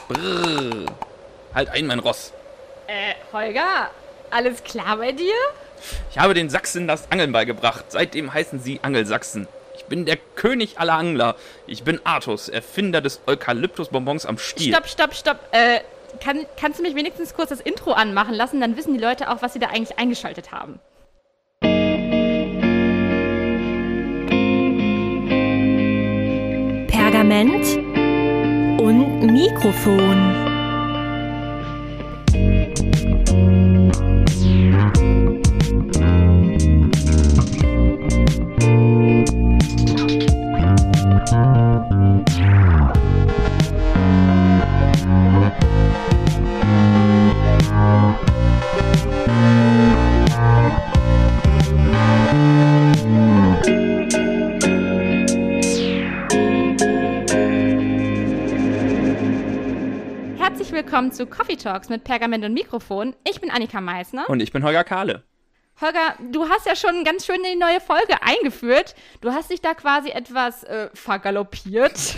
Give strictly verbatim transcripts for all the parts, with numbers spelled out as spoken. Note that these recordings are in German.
Brrr. Halt ein, mein Ross. Äh, Holger, alles klar bei dir? Ich habe den Sachsen das Angeln beigebracht. Seitdem heißen sie Angelsachsen. Ich bin der König aller Angler. Ich bin Artus, Erfinder des Eukalyptusbonbons am Stiel. Stopp, stopp, stopp. Äh, kann, kannst du mich wenigstens kurz das Intro anmachen lassen? Dann wissen die Leute auch, was sie da eigentlich eingeschaltet haben. Pergament und Mikrofon. Willkommen zu Coffee Talks mit Pergament und Mikrofon. Ich bin Annika Meissner. Und ich bin Holger Kahle. Holger, du hast ja schon ganz schön in die neue Folge eingeführt. Du hast dich da quasi etwas äh, vergaloppiert.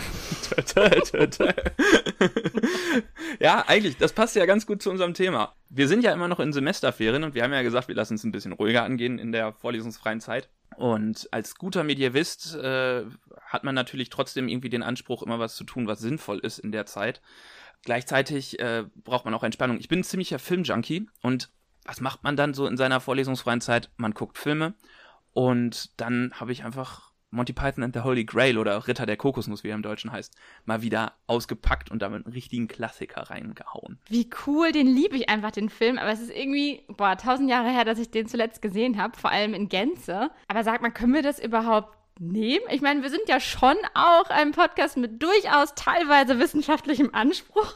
Ja, eigentlich, das passt ja ganz gut zu unserem Thema. Wir sind ja immer noch in Semesterferien und wir haben ja gesagt, wir lassen es ein bisschen ruhiger angehen in der vorlesungsfreien Zeit. Und als guter Medievist äh, hat man natürlich trotzdem irgendwie den Anspruch, immer was zu tun, was sinnvoll ist in der Zeit. Gleichzeitig äh, braucht man auch Entspannung. Ich bin ein ziemlicher Filmjunkie und was macht man dann so in seiner vorlesungsfreien Zeit? Man guckt Filme und dann habe ich einfach Monty Python and the Holy Grail oder Ritter der Kokosnuss, wie er im Deutschen heißt, mal wieder ausgepackt und damit einen richtigen Klassiker reingehauen. Wie cool, den liebe ich einfach, den Film, aber es ist irgendwie, boah, tausend Jahre her, dass ich den zuletzt gesehen habe, vor allem in Gänze. Aber sag mal, können wir das überhaupt nehmen? Ich meine, wir sind ja schon auch ein Podcast mit durchaus teilweise wissenschaftlichem Anspruch.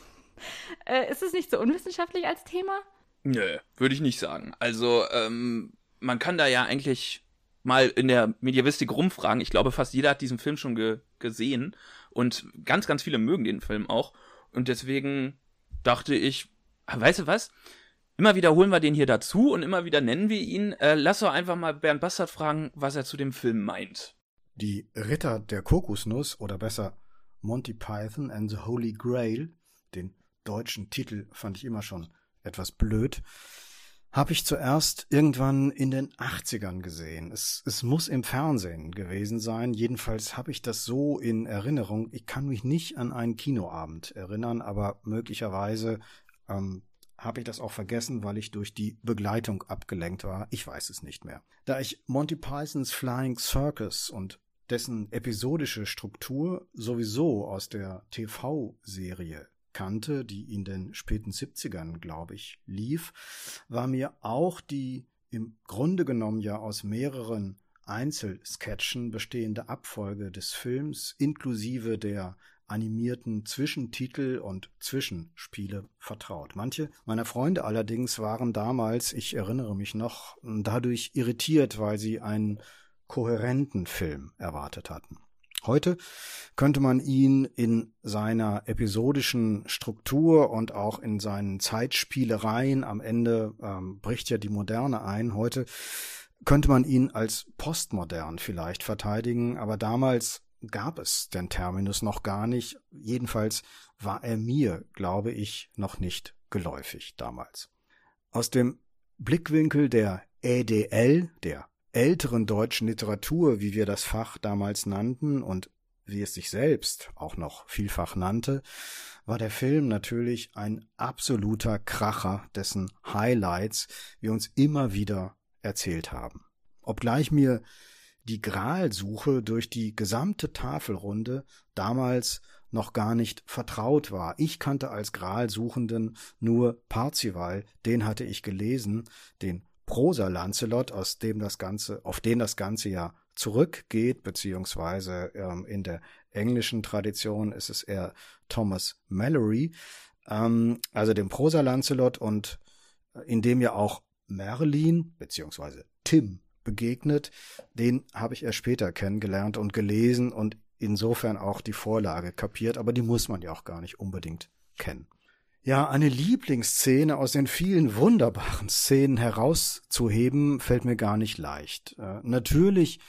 äh, ist es nicht so unwissenschaftlich als Thema? Nö, würde ich nicht sagen. Also, ähm, man kann da ja eigentlich mal in der Medievistik rumfragen. Ich glaube, fast jeder hat diesen Film schon ge- gesehen und ganz, ganz viele mögen den Film auch. Und deswegen dachte ich, weißt du was? Immer wieder holen wir den hier dazu und immer wieder nennen wir ihn. Äh, lass doch einfach mal Bernd Bastard fragen, was er zu dem Film meint. Die Ritter der Kokosnuss oder besser Monty Python and the Holy Grail, den deutschen Titel fand ich immer schon etwas blöd, habe ich zuerst irgendwann in den achtzigern gesehen. Es, es muss im Fernsehen gewesen sein. Jedenfalls habe ich das so in Erinnerung. Ich kann mich nicht an einen Kinoabend erinnern, aber möglicherweise ähm, habe ich das auch vergessen, weil ich durch die Begleitung abgelenkt war. Ich weiß es nicht mehr. Da ich Monty Pythons Flying Circus und dessen episodische Struktur sowieso aus der T V-Serie kannte, die in den späten siebzigern, glaube ich, lief, war mir auch die im Grunde genommen ja aus mehreren Einzelsketchen bestehende Abfolge des Films inklusive der animierten Zwischentitel und Zwischenspiele vertraut. Manche meiner Freunde allerdings waren damals, ich erinnere mich noch, dadurch irritiert, weil sie einen kohärenten Film erwartet hatten. Heute könnte man ihn in seiner episodischen Struktur und auch in seinen Zeitspielereien, am Ende ähm, bricht ja die Moderne ein, heute könnte man ihn als postmodern vielleicht verteidigen, aber damals gab es den Terminus noch gar nicht. Jedenfalls war er mir, glaube ich, noch nicht geläufig damals. Aus dem Blickwinkel der Ä D L, der älteren deutschen Literatur, wie wir das Fach damals nannten und wie es sich selbst auch noch vielfach nannte, war der Film natürlich ein absoluter Kracher, dessen Highlights wir uns immer wieder erzählt haben. Obgleich mir die Graalsuche durch die gesamte Tafelrunde damals noch gar nicht vertraut war. Ich kannte als Graalsuchenden nur Parzival, den hatte ich gelesen, den Prosa-Lancelot, aus dem das Ganze, auf den das Ganze ja zurückgeht, beziehungsweise ähm, in der englischen Tradition ist es eher Thomas Malory, ähm, also dem Prosa-Lancelot und in dem ja auch Merlin, beziehungsweise Tim begegnet, den habe ich erst später kennengelernt und gelesen und insofern auch die Vorlage kapiert, aber die muss man ja auch gar nicht unbedingt kennen. Ja, eine Lieblingsszene aus den vielen wunderbaren Szenen herauszuheben, fällt mir gar nicht leicht. Äh, natürlich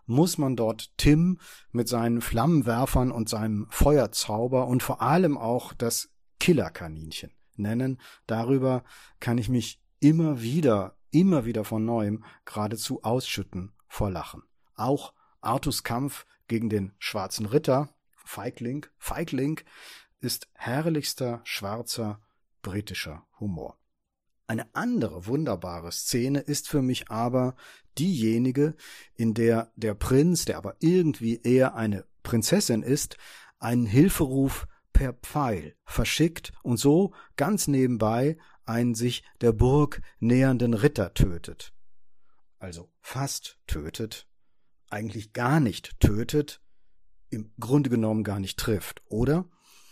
muss man dort Tim mit seinen Flammenwerfern und seinem Feuerzauber und vor allem auch das Killerkaninchen nennen. Darüber kann ich mich immer wieder, immer wieder von Neuem geradezu ausschütten vor Lachen. Auch Artus Kampf gegen den schwarzen Ritter, Feigling, Feigling, ist herrlichster schwarzer britischer Humor. Eine andere wunderbare Szene ist für mich aber diejenige, in der der Prinz, der aber irgendwie eher eine Prinzessin ist, einen Hilferuf per Pfeil verschickt und so ganz nebenbei einen sich der Burg nähernden Ritter tötet. Also fast tötet, eigentlich gar nicht tötet, im Grunde genommen gar nicht trifft, oder?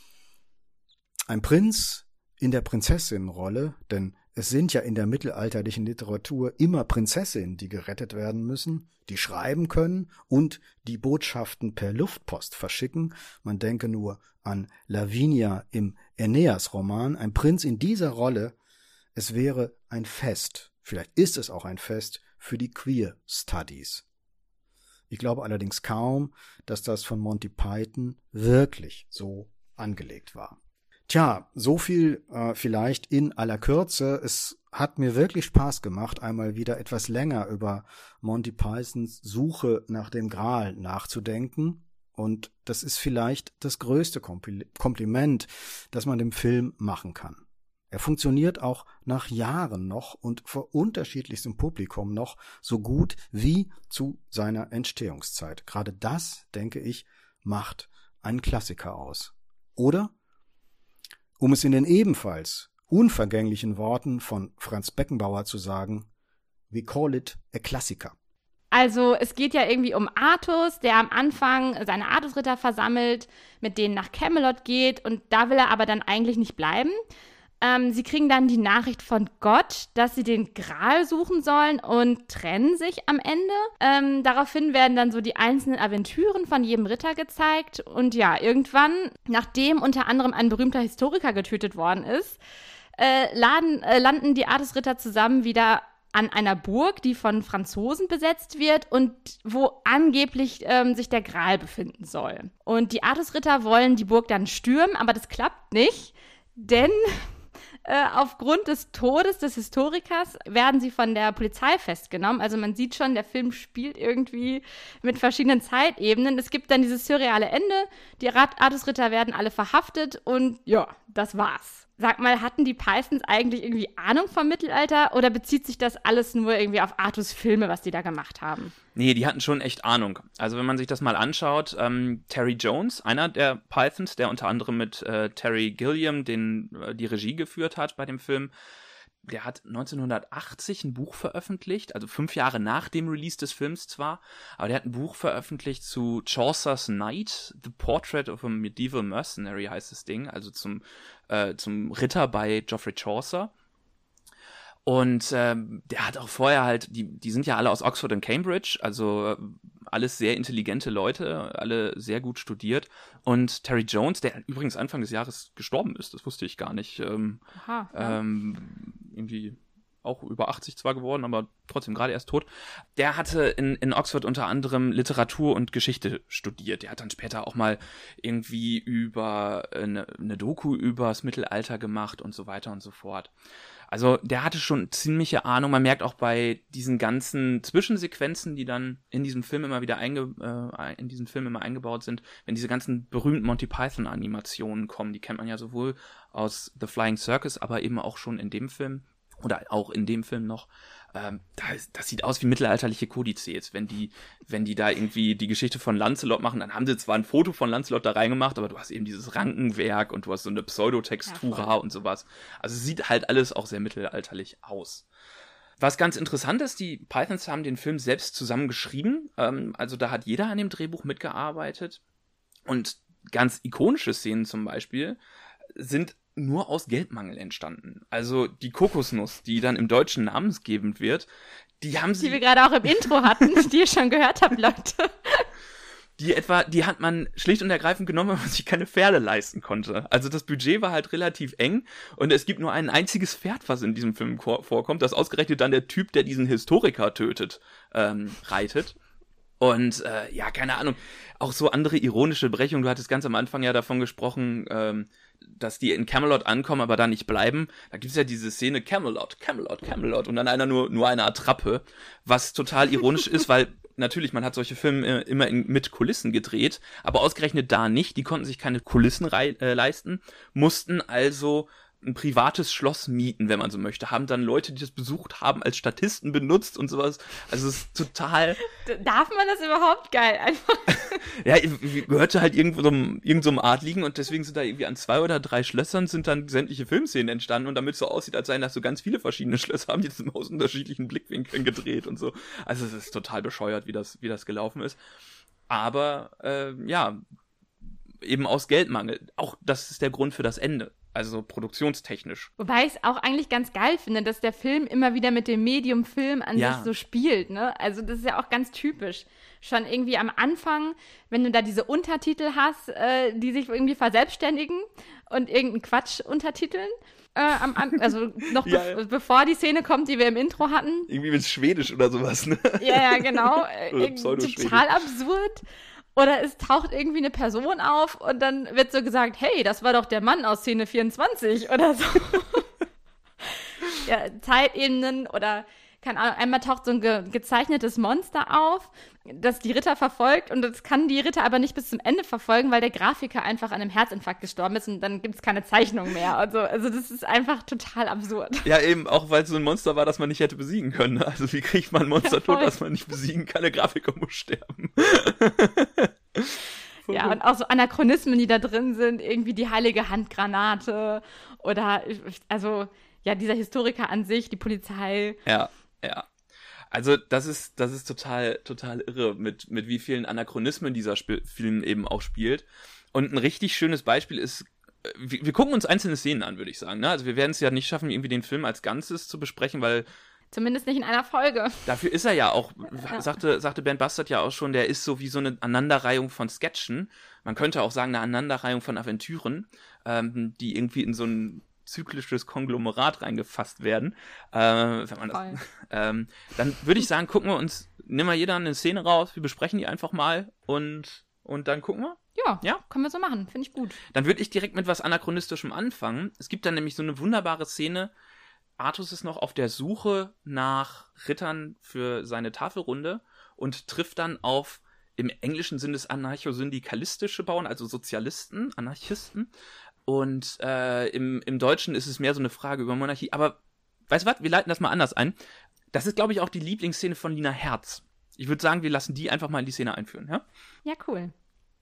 Ein Prinz in der Prinzessinnenrolle, denn es sind ja in der mittelalterlichen Literatur immer Prinzessinnen, die gerettet werden müssen, die schreiben können und die Botschaften per Luftpost verschicken. Man denke nur an Lavinia im Aeneas-Roman. Ein Prinz in dieser Rolle, es wäre ein Fest, vielleicht ist es auch ein Fest für die Queer Studies. Ich glaube allerdings kaum, dass das von Monty Python wirklich so angelegt war. Tja, so viel äh, vielleicht in aller Kürze. Es hat mir wirklich Spaß gemacht, einmal wieder etwas länger über Monty Pythons Suche nach dem Gral nachzudenken. Und das ist vielleicht das größte Kompli- Kompliment, das man dem Film machen kann. Er funktioniert auch nach Jahren noch und vor unterschiedlichstem Publikum noch so gut wie zu seiner Entstehungszeit. Gerade das, denke ich, macht einen Klassiker aus. Oder? Um es in den ebenfalls unvergänglichen Worten von Franz Beckenbauer zu sagen, we call it a Klassiker. Also es geht ja irgendwie um Artus, der am Anfang seine Artusritter versammelt, mit denen nach Camelot geht und da will er aber dann eigentlich nicht bleiben. Ähm, sie kriegen dann die Nachricht von Gott, dass sie den Gral suchen sollen und trennen sich am Ende. Ähm, daraufhin werden dann so die einzelnen Aventüren von jedem Ritter gezeigt. Und ja, irgendwann, nachdem unter anderem ein berühmter Historiker getötet worden ist, äh, laden, äh, landen die Artusritter zusammen wieder an einer Burg, die von Franzosen besetzt wird und wo angeblich ähm, sich der Gral befinden soll. Und die Artusritter wollen die Burg dann stürmen, aber das klappt nicht, denn Äh, aufgrund des Todes des Historikers werden sie von der Polizei festgenommen. Also man sieht schon, der Film spielt irgendwie mit verschiedenen Zeitebenen. Es gibt dann dieses surreale Ende, die Artusritter werden alle verhaftet und ja, das war's. Sag mal, hatten die Pythons eigentlich irgendwie Ahnung vom Mittelalter oder bezieht sich das alles nur irgendwie auf Artus Filme, was die da gemacht haben? Nee, die hatten schon echt Ahnung. Also wenn man sich das mal anschaut, ähm, Terry Jones, einer der Pythons, der unter anderem mit äh, Terry Gilliam den, äh, die Regie geführt hat bei dem Film, der hat neunzehnhundertachtzig ein Buch veröffentlicht, also fünf Jahre nach dem Release des Films zwar, aber der hat ein Buch veröffentlicht zu Chaucer's Knight, The Portrait of a Medieval Mercenary heißt das Ding, also zum, äh, zum Ritter bei Geoffrey Chaucer. Und ähm, der hat auch vorher halt, die, die sind ja alle aus Oxford und Cambridge, also alles sehr intelligente Leute, alle sehr gut studiert. Und Terry Jones, der übrigens Anfang des Jahres gestorben ist, das wusste ich gar nicht. Ähm, Aha, ja. ähm, irgendwie auch über achtzig zwar geworden, aber trotzdem gerade erst tot. Der hatte in, in Oxford unter anderem Literatur und Geschichte studiert. Der hat dann später auch mal irgendwie über eine, eine Doku übers Mittelalter gemacht und so weiter und so fort. Also der hatte schon ziemliche Ahnung. Man merkt auch bei diesen ganzen Zwischensequenzen, die dann in diesem Film immer wieder einge, äh, in diesen Film immer eingebaut sind, wenn diese ganzen berühmten Monty Python Animationen kommen, die kennt man ja sowohl aus The Flying Circus, aber eben auch schon in dem Film oder auch in dem Film noch. Ähm, das, das sieht aus wie mittelalterliche Kodizes. Wenn die, wenn die da irgendwie die Geschichte von Lancelot machen, dann haben sie zwar ein Foto von Lancelot da reingemacht, aber du hast eben dieses Rankenwerk und du hast so eine Pseudotextura ja, und sowas. Also es sieht halt alles auch sehr mittelalterlich aus. Was ganz interessant ist, die Pythons haben den Film selbst zusammengeschrieben. Ähm, also da hat jeder an dem Drehbuch mitgearbeitet. Und ganz ikonische Szenen zum Beispiel sind nur aus Geldmangel entstanden. Also die Kokosnuss, die dann im Deutschen namensgebend wird, die haben sie... Die wir gerade auch im Intro hatten, die ihr schon gehört habt, Leute. Die etwa, die hat man schlicht und ergreifend genommen, weil man sich keine Pferde leisten konnte. Also das Budget war halt relativ eng und es gibt nur ein einziges Pferd, was in diesem Film vorkommt, das ausgerechnet dann der Typ, der diesen Historiker tötet, ähm, reitet. Und äh, ja, keine Ahnung, auch so andere ironische Brechungen. Du hattest ganz am Anfang ja davon gesprochen, ähm, dass die in Camelot ankommen, aber da nicht bleiben. Da gibt's ja diese Szene Camelot, Camelot, Camelot und dann einer nur nur eine Attrappe, was total ironisch ist, weil natürlich, man hat solche Filme immer in, mit Kulissen gedreht, aber ausgerechnet da nicht. Die konnten sich keine Kulissen rei- äh, leisten, mussten also ein privates Schloss mieten, wenn man so möchte, haben dann Leute, die das besucht haben, als Statisten benutzt und sowas. Also es ist total... Darf man das überhaupt? Geil, einfach. Ja, gehörte halt irgendwo so einem, irgend so einem Adligen und deswegen sind da irgendwie an zwei oder drei Schlössern sind dann sämtliche Filmszenen entstanden und damit es so aussieht, als seien das so ganz viele verschiedene Schlösser, haben die das aus unterschiedlichen Blickwinkeln gedreht und so. Also es ist total bescheuert, wie das, wie das gelaufen ist. Aber, äh, ja, eben aus Geldmangel. Auch das ist der Grund für das Ende. Also produktionstechnisch. Wobei ich es auch eigentlich ganz geil finde, dass der Film immer wieder mit dem Medium Film an Ja. sich so spielt, ne? Also das ist ja auch ganz typisch. Schon irgendwie am Anfang, wenn du da diese Untertitel hast, äh, die sich irgendwie verselbstständigen und irgendeinen Quatsch untertiteln. Äh, am An- also noch Ja, bev- ja. bevor die Szene kommt, die wir im Intro hatten. Irgendwie mit Schwedisch oder sowas, ne? Ja, ja, genau. Äh, Oder irgendwie Pseudoschwedisch. total absurd. Oder es taucht irgendwie eine Person auf und dann wird so gesagt, hey, das war doch der Mann aus Szene vierundzwanzig oder so. Ja, Zeitebenen oder, keine Ahnung, einmal taucht so ein ge- gezeichnetes Monster auf, das die Ritter verfolgt und das kann die Ritter aber nicht bis zum Ende verfolgen, weil der Grafiker einfach an einem Herzinfarkt gestorben ist und dann gibt es keine Zeichnung mehr. Also, also das ist einfach total absurd. Ja, eben, auch weil es so ein Monster war, das man nicht hätte besiegen können. ne? Also wie kriegt man ein Monster Ja, voll. tot, das man nicht besiegen kann? Der Grafiker muss sterben. Voll Ja, gut. und auch so Anachronismen, die da drin sind, irgendwie die heilige Handgranate oder, also, ja, dieser Historiker an sich, die Polizei. Ja, ja. Also das ist das ist total total irre, mit mit wie vielen Anachronismen dieser Sp- Film eben auch spielt. Und ein richtig schönes Beispiel ist, äh, wir, wir gucken uns einzelne Szenen an, würde ich sagen. Ne? Also wir werden es ja nicht schaffen, irgendwie den Film als Ganzes zu besprechen, weil Zumindest nicht in einer Folge. dafür ist er ja auch, Ja. sagte sagte Bernd Bastard ja auch schon, der ist so wie so eine Aneinanderreihung von Sketchen. Man könnte auch sagen, eine Aneinanderreihung von Aventüren, ähm, die irgendwie in so ein zyklisches Konglomerat reingefasst werden. Äh, wenn man das, Voll. ähm, dann würde ich sagen, gucken wir uns, nimm mal jeder eine Szene raus, wir besprechen die einfach mal und, und dann gucken wir. Ja, Ja. können wir so machen. Finde ich gut. Dann würde ich direkt mit was Anachronistischem anfangen. Es gibt dann nämlich so eine wunderbare Szene. Artus ist noch auf der Suche nach Rittern für seine Tafelrunde und trifft dann auf im englischen Sinn des anarcho-syndikalistische Bauern, also Sozialisten, Anarchisten. Und äh, im, im Deutschen ist es mehr so eine Frage über Monarchie. Aber weißt du was, wir leiten das mal anders ein. Das ist, glaube ich, auch die Lieblingsszene von Lina Herz. Ich würde sagen, wir lassen die einfach mal in die Szene einführen, ja? Ja, cool.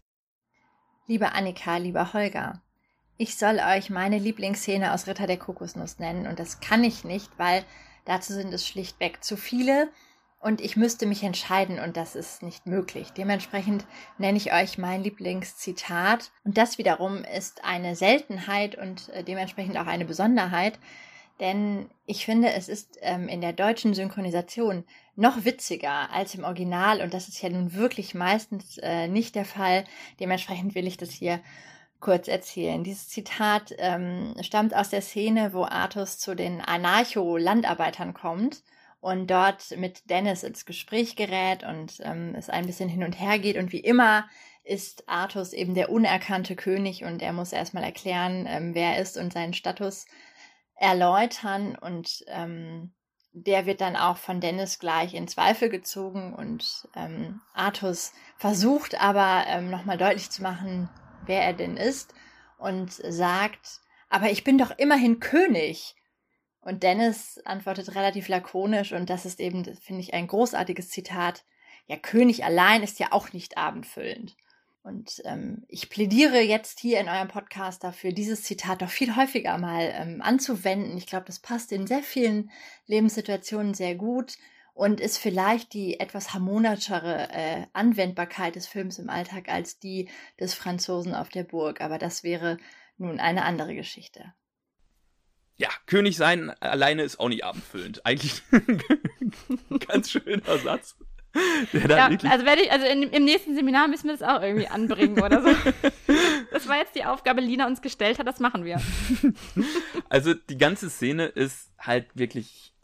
Liebe Annika, lieber Holger, ich soll euch meine Lieblingsszene aus Ritter der Kokosnuss nennen und das kann ich nicht, weil dazu sind es schlichtweg zu viele und ich müsste mich entscheiden und das ist nicht möglich. Dementsprechend nenne ich euch mein Lieblingszitat und das wiederum ist eine Seltenheit und äh, dementsprechend auch eine Besonderheit, denn ich finde, es ist ähm, in der deutschen Synchronisation noch witziger als im Original und das ist ja nun wirklich meistens äh, nicht der Fall. Dementsprechend will ich das hier kurz erzählen. Dieses Zitat ähm, stammt aus der Szene, wo Artus zu den Anarcho-Landarbeitern kommt und dort mit Dennis ins Gespräch gerät und ähm, es ein bisschen hin und her geht und wie immer ist Artus eben der unerkannte König und er muss erstmal erklären, ähm, wer er ist und seinen Status erläutern und ähm, der wird dann auch von Dennis gleich in Zweifel gezogen und ähm, Artus versucht aber ähm, nochmal deutlich zu machen, wer er denn ist und sagt, aber ich bin doch immerhin König. Und Dennis antwortet relativ lakonisch und das ist eben, finde ich, ein großartiges Zitat. Ja, König allein ist ja auch nicht abendfüllend. Und ähm, ich plädiere jetzt hier in eurem Podcast dafür, dieses Zitat doch viel häufiger mal ähm, anzuwenden. Ich glaube, das passt in sehr vielen Lebenssituationen sehr gut und ist vielleicht die etwas harmonischere äh, Anwendbarkeit des Films im Alltag als die des Franzosen auf der Burg. Aber das wäre nun eine andere Geschichte. Ja, König sein alleine ist auch nicht abendfüllend. Eigentlich ein ganz schöner Satz. Der da Ja, wirklich also werde ich, also in, im nächsten Seminar müssen wir das auch irgendwie anbringen oder so. Das war jetzt die Aufgabe, Lina uns gestellt hat, das machen wir. Also die ganze Szene ist halt wirklich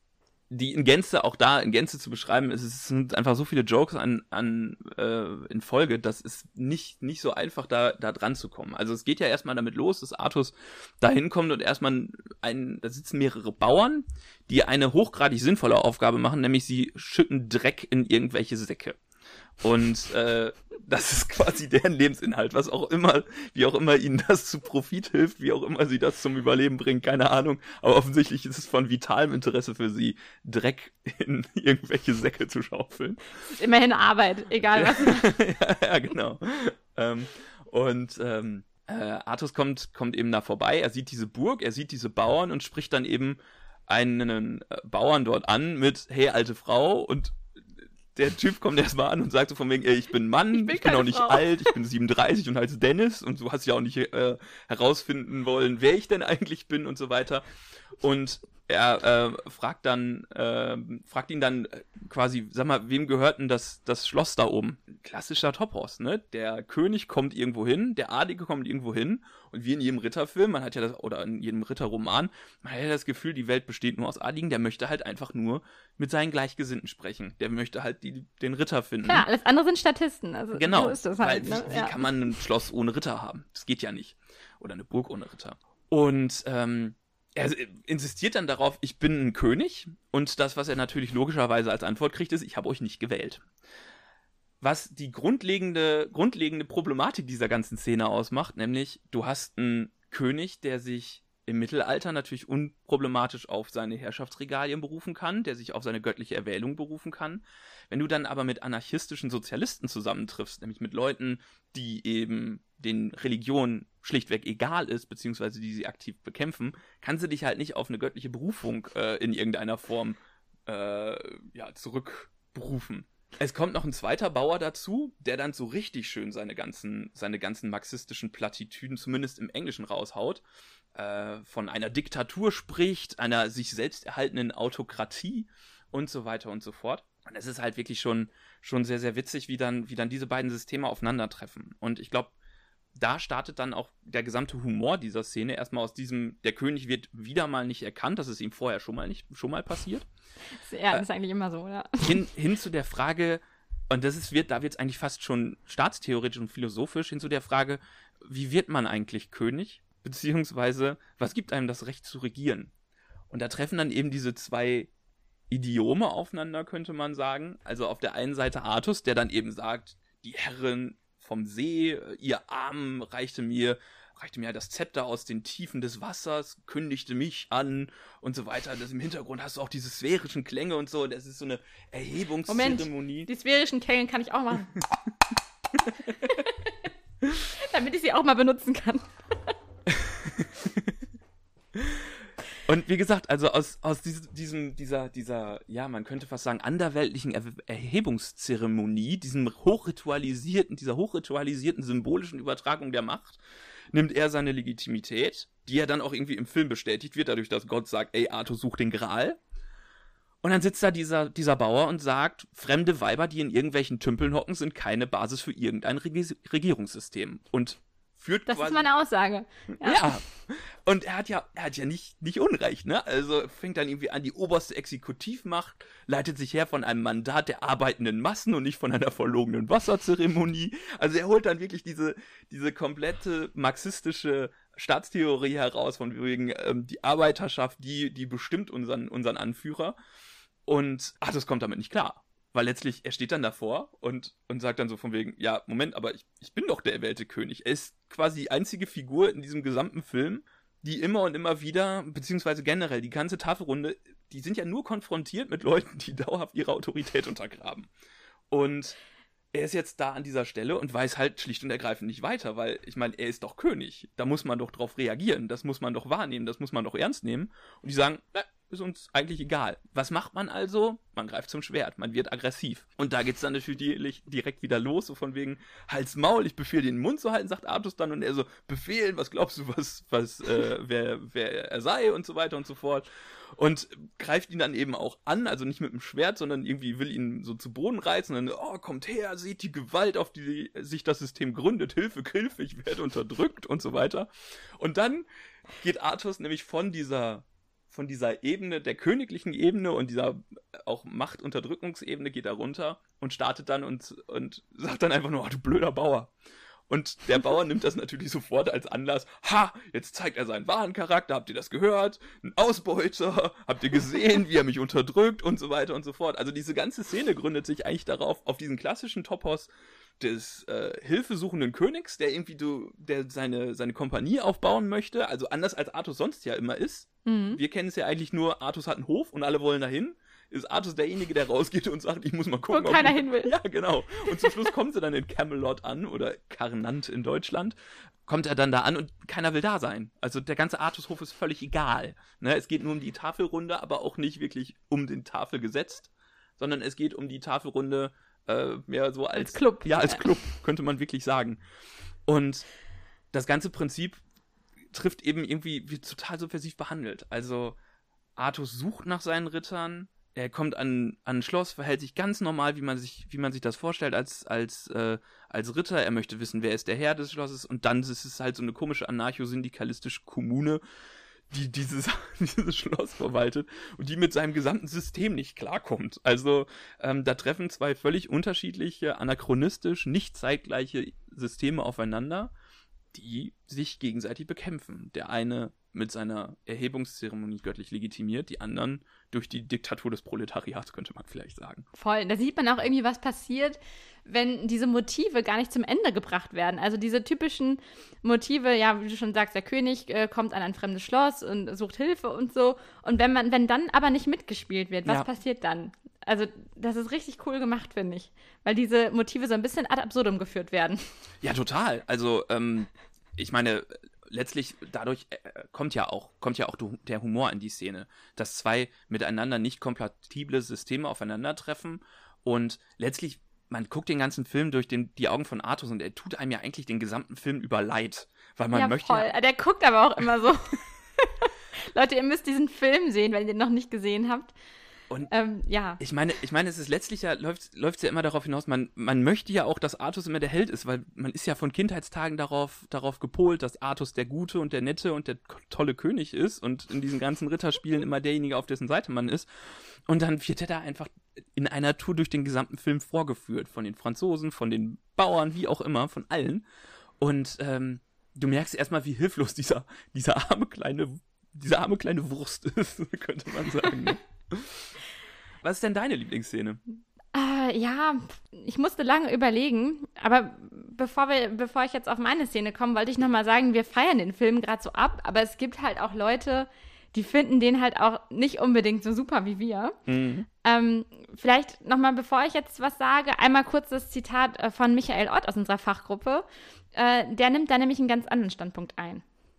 die in Gänze, auch da in Gänze zu beschreiben, es sind einfach so viele Jokes an, an äh, in Folge, das ist nicht, nicht so einfach, da, da dran zu kommen. Also es geht ja erstmal damit los, dass Artus da hinkommt und erstmal ein, da sitzen mehrere Bauern, die eine hochgradig sinnvolle Aufgabe machen, nämlich sie schütten Dreck in irgendwelche Säcke. Und äh, das ist quasi deren Lebensinhalt, was auch immer, wie auch immer ihnen das zu Profit hilft, wie auch immer sie das zum Überleben bringen, keine Ahnung. Aber offensichtlich ist es von vitalem Interesse für sie, Dreck in irgendwelche Säcke zu schaufeln. Das ist immerhin Arbeit, egal was. ja, ja, genau. Ähm, und ähm, äh, Artus kommt, kommt eben da vorbei, er sieht diese Burg, er sieht diese Bauern und spricht dann eben einen äh, Bauern dort an mit, hey, alte Frau, und der Typ kommt erstmal an und sagt so von wegen, ey, ich bin Mann, ich bin, ich bin auch nicht Frau. alt, ich bin siebenunddreißig und heiße Dennis und du hast ja auch nicht äh, herausfinden wollen, wer ich denn eigentlich bin und so weiter. Und er äh, fragt dann, äh, fragt ihn dann quasi, sag mal, wem gehört denn das, das Schloss da oben? Klassischer Topos, ne? Der König kommt irgendwo hin, der Adlige kommt irgendwo hin und wie in jedem Ritterfilm, man hat ja das, oder in jedem Ritterroman, man hat ja das Gefühl, die Welt besteht nur aus Adligen, der möchte halt einfach nur mit seinen Gleichgesinnten sprechen. Der möchte halt die, den Ritter finden. Ja, alles andere sind Statisten. Also genau, so ist das halt, weil ne? wie, ja. wie kann man ein Schloss ohne Ritter haben? Das geht ja nicht. Oder eine Burg ohne Ritter. Und ähm, er insistiert dann darauf, ich bin ein König, und das, was er natürlich logischerweise als Antwort kriegt, ist, ich habe euch nicht gewählt. Was die grundlegende, grundlegende Problematik dieser ganzen Szene ausmacht, nämlich du hast einen König, der sich im Mittelalter natürlich unproblematisch auf seine Herrschaftsregalien berufen kann, der sich auf seine göttliche Erwählung berufen kann. Wenn du dann aber mit anarchistischen Sozialisten zusammentriffst, nämlich mit Leuten, die eben den Religionen schlichtweg egal ist, beziehungsweise die sie aktiv bekämpfen, kannst du dich halt nicht auf eine göttliche Berufung äh, in irgendeiner Form äh, ja, zurückberufen. Es kommt noch ein zweiter Bauer dazu, der dann so richtig schön seine ganzen, seine ganzen marxistischen Plattitüden, zumindest im Englischen, raushaut, äh, von einer Diktatur spricht, einer sich selbst erhaltenen Autokratie und so weiter und so fort. Und es ist halt wirklich schon, schon sehr, sehr witzig, wie dann, wie dann diese beiden Systeme aufeinandertreffen. Und ich glaube, da startet dann auch der gesamte Humor dieser Szene erstmal aus diesem, der König wird wieder mal nicht erkannt, das ist ihm vorher schon mal nicht, schon mal passiert. Ja, das ist eigentlich immer so, ja. Hin, hin zu der Frage, und das ist, wird, da wird es eigentlich fast schon staatstheoretisch und philosophisch, hin zu der Frage, wie wird man eigentlich König? Beziehungsweise, was gibt einem das Recht zu regieren? Und da treffen dann eben diese zwei Idiome aufeinander, könnte man sagen. Also auf der einen Seite Artus, der dann eben sagt, die Herren vom See, ihr Arm reichte mir, reichte mir das Zepter aus den Tiefen des Wassers, kündigte mich an und so weiter. Das im Hintergrund hast du auch diese sphärischen Klänge und so. Das ist so eine Erhebungszeremonie. Moment, die sphärischen Klänge kann ich auch machen. Damit ich sie auch mal benutzen kann. Und wie gesagt, also aus, aus diesem, diesem, dieser, dieser, ja, man könnte fast sagen, anderweltlichen er- Erhebungszeremonie, diesem hochritualisierten, dieser hochritualisierten symbolischen Übertragung der Macht, nimmt er seine Legitimität, die ja dann auch irgendwie im Film bestätigt wird, dadurch, dass Gott sagt, ey, Arthur, such den Gral. Und dann sitzt da dieser, dieser Bauer und sagt, fremde Weiber, die in irgendwelchen Tümpeln hocken, sind keine Basis für irgendein Regi- Regierungssystem. Und führt Das quasi, ist meine Aussage. Ja. ja. Und er hat ja, er hat ja nicht, nicht Unrecht, ne? Also fängt dann irgendwie an, die oberste Exekutivmacht leitet sich her von einem Mandat der arbeitenden Massen und nicht von einer verlogenen Wasserzeremonie. Also er holt dann wirklich diese, diese komplette marxistische Staatstheorie heraus, von wegen ähm, die Arbeiterschaft, die, die bestimmt unseren, unseren Anführer. Und ach, das kommt damit nicht klar. Weil letztlich, er steht dann davor und, und sagt dann so von wegen, ja, Moment, aber ich, ich bin doch der erwählte König. Er ist quasi die einzige Figur in diesem gesamten Film, die immer und immer wieder, beziehungsweise generell, die ganze Tafelrunde, die sind ja nur konfrontiert mit Leuten, die dauerhaft ihre Autorität untergraben. Und er ist jetzt da an dieser Stelle und weiß halt schlicht und ergreifend nicht weiter, weil, ich meine, er ist doch König. Da muss man doch drauf reagieren, das muss man doch wahrnehmen, das muss man doch ernst nehmen. Und die sagen, na, ist uns eigentlich egal. Was macht man also? Man greift zum Schwert, man wird aggressiv. Und da geht's dann natürlich direkt wieder los, so von wegen, Hals Maul, ich befehle den Mund zu halten, sagt Artus dann, und er so, befehlen, was glaubst du, was, was, äh, wer, wer er sei und so weiter und so fort. Und greift ihn dann eben auch an, also nicht mit dem Schwert, sondern irgendwie will ihn so zu Boden reißen und dann, oh, kommt her, seht die Gewalt, auf die sich das System gründet, Hilfe, Hilfe, ich werde unterdrückt und so weiter. Und dann geht Artus nämlich von dieser von dieser Ebene, der königlichen Ebene und dieser auch Machtunterdrückungsebene geht er runter und startet dann und, und sagt dann einfach nur, oh, du blöder Bauer. Und der Bauer nimmt das natürlich sofort als Anlass. Ha, jetzt zeigt er seinen wahren Charakter. Habt ihr das gehört? Ein Ausbeuter. Habt ihr gesehen, wie er mich unterdrückt und so weiter und so fort. Also diese ganze Szene gründet sich eigentlich darauf, auf diesen klassischen Topos des äh, hilfesuchenden Königs, der irgendwie du, der seine, seine Kompanie aufbauen möchte. Also anders als Artus sonst ja immer ist. Mhm. Wir kennen es ja eigentlich nur, Artus hat einen Hof und alle wollen dahin. Ist Artus derjenige, der rausgeht und sagt, ich muss mal gucken. Wo keiner hin will. Ja, genau. Und zum Schluss kommt er dann in Camelot an, oder Karnant in Deutschland, kommt er dann da an und keiner will da sein. Also der ganze Artushof ist völlig egal. Ne? Es geht nur um die Tafelrunde, aber auch nicht wirklich um den Tafel gesetzt, sondern es geht um die Tafelrunde äh, mehr so als, als Club. Ja, als Club, könnte man wirklich sagen. Und das ganze Prinzip trifft eben irgendwie, wird total subversiv behandelt. Also Artus sucht nach seinen Rittern, er kommt an, an ein Schloss, verhält sich ganz normal, wie man sich, wie man sich das vorstellt als, als, äh, als Ritter. Er möchte wissen, wer ist der Herr des Schlosses. Und dann ist es halt so eine komische anarcho-syndikalistische Kommune, die dieses, dieses Schloss verwaltet und die mit seinem gesamten System nicht klarkommt. Also ähm, da treffen zwei völlig unterschiedliche, anachronistisch, nicht zeitgleiche Systeme aufeinander, die sich gegenseitig bekämpfen. Der eine mit seiner Erhebungszeremonie göttlich legitimiert, die anderen durch die Diktatur des Proletariats, könnte man vielleicht sagen. Voll. Da sieht man auch irgendwie, was passiert, wenn diese Motive gar nicht zum Ende gebracht werden. Also diese typischen Motive, ja, wie du schon sagst, der König äh, kommt an ein fremdes Schloss und sucht Hilfe und so. Und wenn man, wenn dann aber nicht mitgespielt wird, was ja. passiert dann? Also das ist richtig cool gemacht, finde ich. Weil diese Motive so ein bisschen ad absurdum geführt werden. Ja, total. Also, ähm, ich meine, letztlich dadurch äh, kommt ja auch kommt ja auch der Humor in die Szene, dass zwei miteinander nicht kompatible Systeme aufeinandertreffen und letztlich, man guckt den ganzen Film durch den, die Augen von Artus und er tut einem ja eigentlich den gesamten Film über leid, weil man ja, möchte... Voll. Ja, der guckt aber auch immer so. Leute, ihr müsst diesen Film sehen, wenn ihr den noch nicht gesehen habt. Und ähm, ja. ich meine, ich meine, es ist letztlich ja, läuft es ja immer darauf hinaus, man, man möchte ja auch, dass Artus immer der Held ist, weil man ist ja von Kindheitstagen darauf, darauf gepolt, dass Artus der Gute und der Nette und der tolle König ist und in diesen ganzen Ritterspielen immer derjenige, auf dessen Seite man ist. Und dann wird er da einfach in einer Tour durch den gesamten Film vorgeführt, von den Franzosen, von den Bauern, wie auch immer, von allen. Und ähm, du merkst erstmal, wie hilflos dieser, dieser arme kleine, diese arme kleine Wurst ist, könnte man sagen. Ne? Was ist denn deine Lieblingsszene? Äh, ja, ich musste lange überlegen, aber bevor wir, bevor ich jetzt auf meine Szene komme, wollte ich nochmal sagen, wir feiern den Film gerade so ab, aber es gibt halt auch Leute, die finden den halt auch nicht unbedingt so super wie wir. Mhm. Ähm, vielleicht nochmal, bevor ich jetzt was sage, einmal kurz das Zitat äh, von Michael Ott aus unserer Fachgruppe. Äh, der nimmt da nämlich einen ganz anderen Standpunkt ein.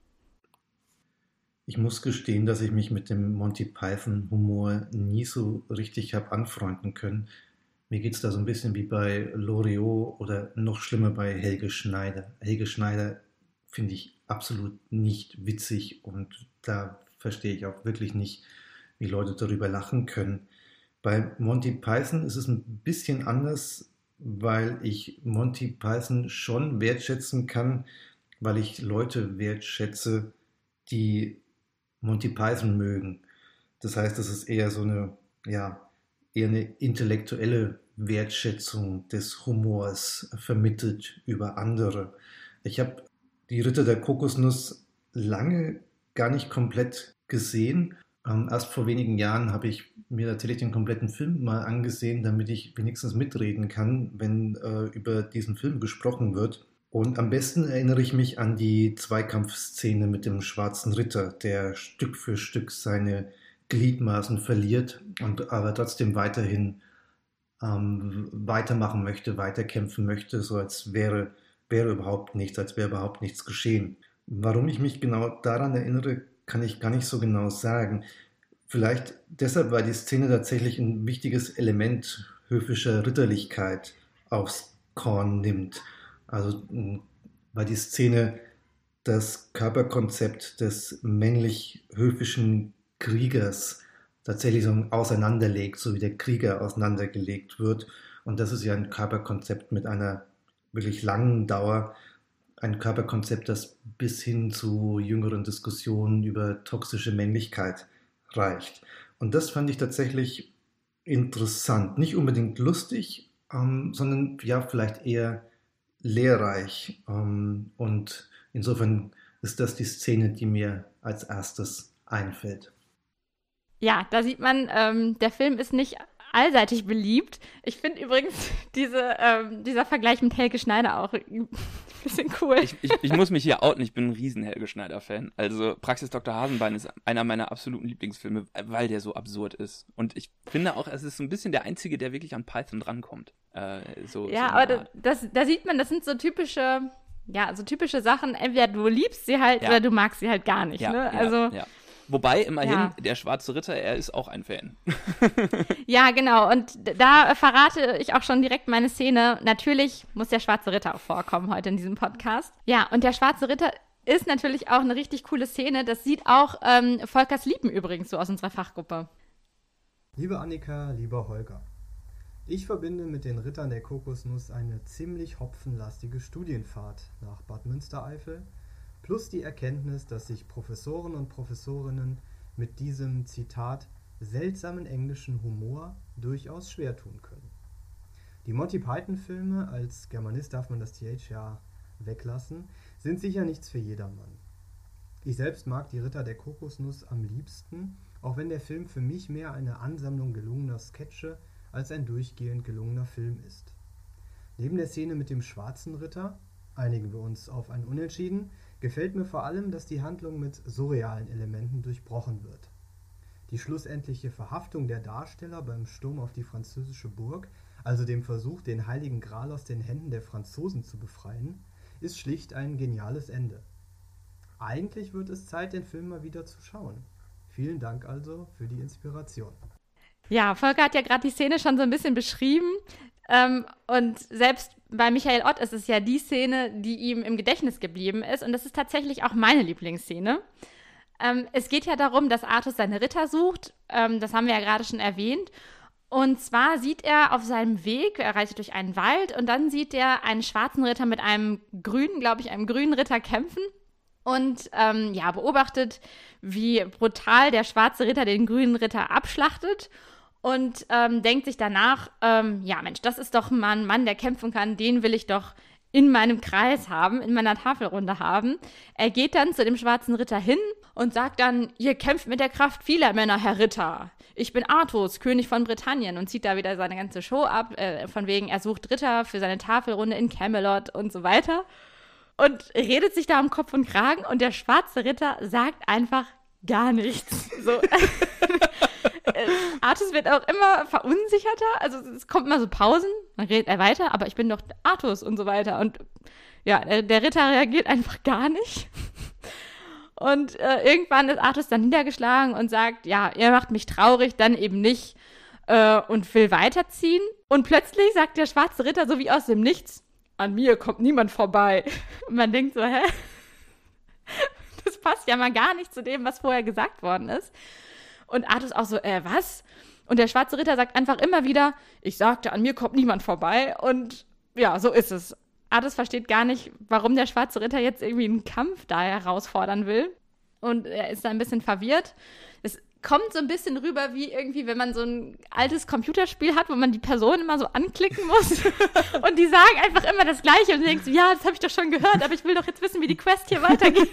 Ich muss gestehen, dass ich mich mit dem Monty Python-Humor nie so richtig habe anfreunden können. Mir geht es da so ein bisschen wie bei Loriot oder noch schlimmer bei Helge Schneider. Helge Schneider finde ich absolut nicht witzig und da verstehe ich auch wirklich nicht, wie Leute darüber lachen können. Bei Monty Python ist es ein bisschen anders, weil ich Monty Python schon wertschätzen kann, weil ich Leute wertschätze, die Monty Python mögen. Das heißt, es ist eher so eine, ja, eher eine intellektuelle Wertschätzung des Humors vermittelt über andere. Ich habe die Ritter der Kokosnuss lange gar nicht komplett gesehen. Ähm, erst vor wenigen Jahren habe ich mir tatsächlich den kompletten Film mal angesehen, damit ich wenigstens mitreden kann, wenn äh, über diesen Film gesprochen wird. Und am besten erinnere ich mich an die Zweikampfszene mit dem schwarzen Ritter, der Stück für Stück seine Gliedmaßen verliert und aber trotzdem weiterhin ähm, weitermachen möchte, weiterkämpfen möchte, so als wäre, wäre überhaupt nichts, als wäre überhaupt nichts geschehen. Warum ich mich genau daran erinnere, kann ich gar nicht so genau sagen. Vielleicht deshalb, weil die Szene tatsächlich ein wichtiges Element höfischer Ritterlichkeit aufs Korn nimmt. Also weil die Szene das Körperkonzept des männlich-höfischen Kriegers tatsächlich so auseinanderlegt, so wie der Krieger auseinandergelegt wird. Und das ist ja ein Körperkonzept mit einer wirklich langen Dauer, ein Körperkonzept, das bis hin zu jüngeren Diskussionen über toxische Männlichkeit reicht. Und das fand ich tatsächlich interessant. Nicht unbedingt lustig, ähm, sondern ja vielleicht eher lehrreich. Ähm, und insofern ist das die Szene, die mir als erstes einfällt. Ja, da sieht man, ähm, der Film ist nicht allseitig beliebt. Ich finde übrigens diese, ähm, dieser Vergleich mit Helge Schneider auch ein bisschen cool. Ich, ich, ich muss mich hier outen, ich bin ein riesen Helge Schneider-Fan. Also Praxis Doktor Hasenbein ist einer meiner absoluten Lieblingsfilme, weil der so absurd ist. Und ich finde auch, es ist so ein bisschen der Einzige, der wirklich an Python drankommt. Äh, so, ja, so aber das, das, da sieht man, das sind so typische, ja, so typische Sachen. Entweder du liebst sie halt, ja, oder du magst sie halt gar nicht. Ja, ne? ja, Also ja. Wobei, immerhin, ja. der Schwarze Ritter, er ist auch ein Fan. Ja, genau. Und da verrate ich auch schon direkt meine Szene. Natürlich muss der Schwarze Ritter auch vorkommen heute in diesem Podcast. Ja, und der Schwarze Ritter ist natürlich auch eine richtig coole Szene. Das sieht auch ähm, Volkers Liepen übrigens so aus unserer Fachgruppe. Liebe Annika, lieber Holger. Ich verbinde mit den Rittern der Kokosnuss eine ziemlich hopfenlastige Studienfahrt nach Bad Münstereifel, plus die Erkenntnis, dass sich Professoren und Professorinnen mit diesem, Zitat, seltsamen englischen Humor durchaus schwer tun können. Die Monty Python-Filme, als Germanist darf man das T H ja weglassen, sind sicher nichts für jedermann. Ich selbst mag die Ritter der Kokosnuss am liebsten, auch wenn der Film für mich mehr eine Ansammlung gelungener Sketche als ein durchgehend gelungener Film ist. Neben der Szene mit dem Schwarzen Ritter, einigen wir uns auf ein Unentschieden, gefällt mir vor allem, dass die Handlung mit surrealen Elementen durchbrochen wird. Die schlussendliche Verhaftung der Darsteller beim Sturm auf die französische Burg, also dem Versuch, den Heiligen Gral aus den Händen der Franzosen zu befreien, ist schlicht ein geniales Ende. Eigentlich wird es Zeit, den Film mal wieder zu schauen. Vielen Dank also für die Inspiration. Ja, Volker hat ja gerade die Szene schon so ein bisschen beschrieben. Ähm, und selbst bei Michael Ott ist es ja die Szene, die ihm im Gedächtnis geblieben ist. Und das ist tatsächlich auch meine Lieblingsszene. Ähm, es geht ja darum, dass Artus seine Ritter sucht. Ähm, das haben wir ja gerade schon erwähnt. Und zwar sieht er auf seinem Weg, er reitet durch einen Wald und dann sieht er einen schwarzen Ritter mit einem grünen, glaube ich, einem grünen Ritter kämpfen. Und ähm, ja, beobachtet, wie brutal der schwarze Ritter den grünen Ritter abschlachtet. Und ähm, denkt sich danach, ähm, ja Mensch, das ist doch mal ein Mann, der kämpfen kann, den will ich doch in meinem Kreis haben, in meiner Tafelrunde haben. Er geht dann zu dem schwarzen Ritter hin und sagt dann, ihr kämpft mit der Kraft vieler Männer, Herr Ritter. Ich bin Artus, König von Britannien, und zieht da wieder seine ganze Show ab, äh, von wegen, er sucht Ritter für seine Tafelrunde in Camelot und so weiter. Und redet sich da um Kopf und Kragen und der schwarze Ritter sagt einfach gar nichts. So. Artus wird auch immer verunsicherter, also es kommt immer so Pausen, dann redet er weiter, aber ich bin doch Artus und so weiter. Und ja, der, der Ritter reagiert einfach gar nicht. Und äh, irgendwann ist Artus dann niedergeschlagen und sagt, ja, ihr macht mich traurig, dann eben nicht, äh, und will weiterziehen. Und plötzlich sagt der schwarze Ritter so wie aus dem Nichts, an mir kommt niemand vorbei. Und man denkt so, hä? Das passt ja mal gar nicht zu dem, was vorher gesagt worden ist. Und Artus auch so, äh, was? Und der schwarze Ritter sagt einfach immer wieder, ich sagte, an mir kommt niemand vorbei. Und ja, so ist es. Artus versteht gar nicht, warum der schwarze Ritter jetzt irgendwie einen Kampf da herausfordern will. Und er ist da ein bisschen verwirrt. Es kommt so ein bisschen rüber wie irgendwie, wenn man so ein altes Computerspiel hat, wo man die Person immer so anklicken muss. Und die sagen einfach immer das Gleiche. Und du denkst, ja, das habe ich doch schon gehört, aber ich will doch jetzt wissen, wie die Quest hier weitergeht.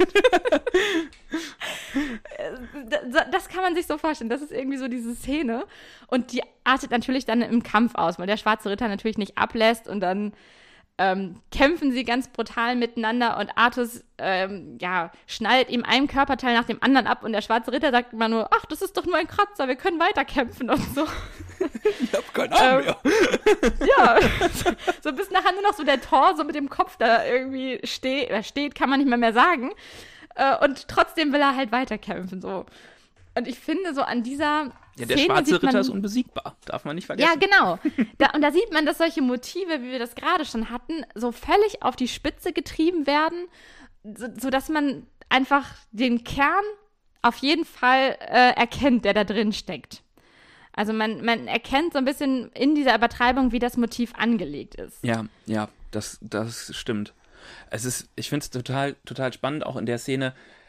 Das kann man sich so vorstellen. Das ist irgendwie so diese Szene. Und die artet natürlich dann im Kampf aus, weil der schwarze Ritter natürlich nicht ablässt. Und dann ähm, kämpfen sie ganz brutal miteinander. Und Artus ähm, ja, schneidet ihm einen Körperteil nach dem anderen ab. Und der schwarze Ritter sagt immer nur, ach, das ist doch nur ein Kratzer, wir können weiterkämpfen und so. Ich hab keinen Arm mehr. Ja, so, so bis nachher nur noch so der Tor so mit dem Kopf da irgendwie steht, äh, steht, kann man nicht mehr mehr sagen. Und trotzdem will er halt weiterkämpfen, so. Und ich finde, so an dieser Ja, der Szene schwarze sieht man, Ritter ist unbesiegbar, darf man nicht vergessen. Ja, genau. Da, und da sieht man, dass solche Motive, wie wir das gerade schon hatten, so völlig auf die Spitze getrieben werden, so, sodass man einfach den Kern auf jeden Fall äh, erkennt, der da drin steckt. Also man, man erkennt so ein bisschen in dieser Übertreibung, wie das Motiv angelegt ist. Ja, ja, das, das stimmt. Es ist, ich finde es total, total spannend, auch in der Szene.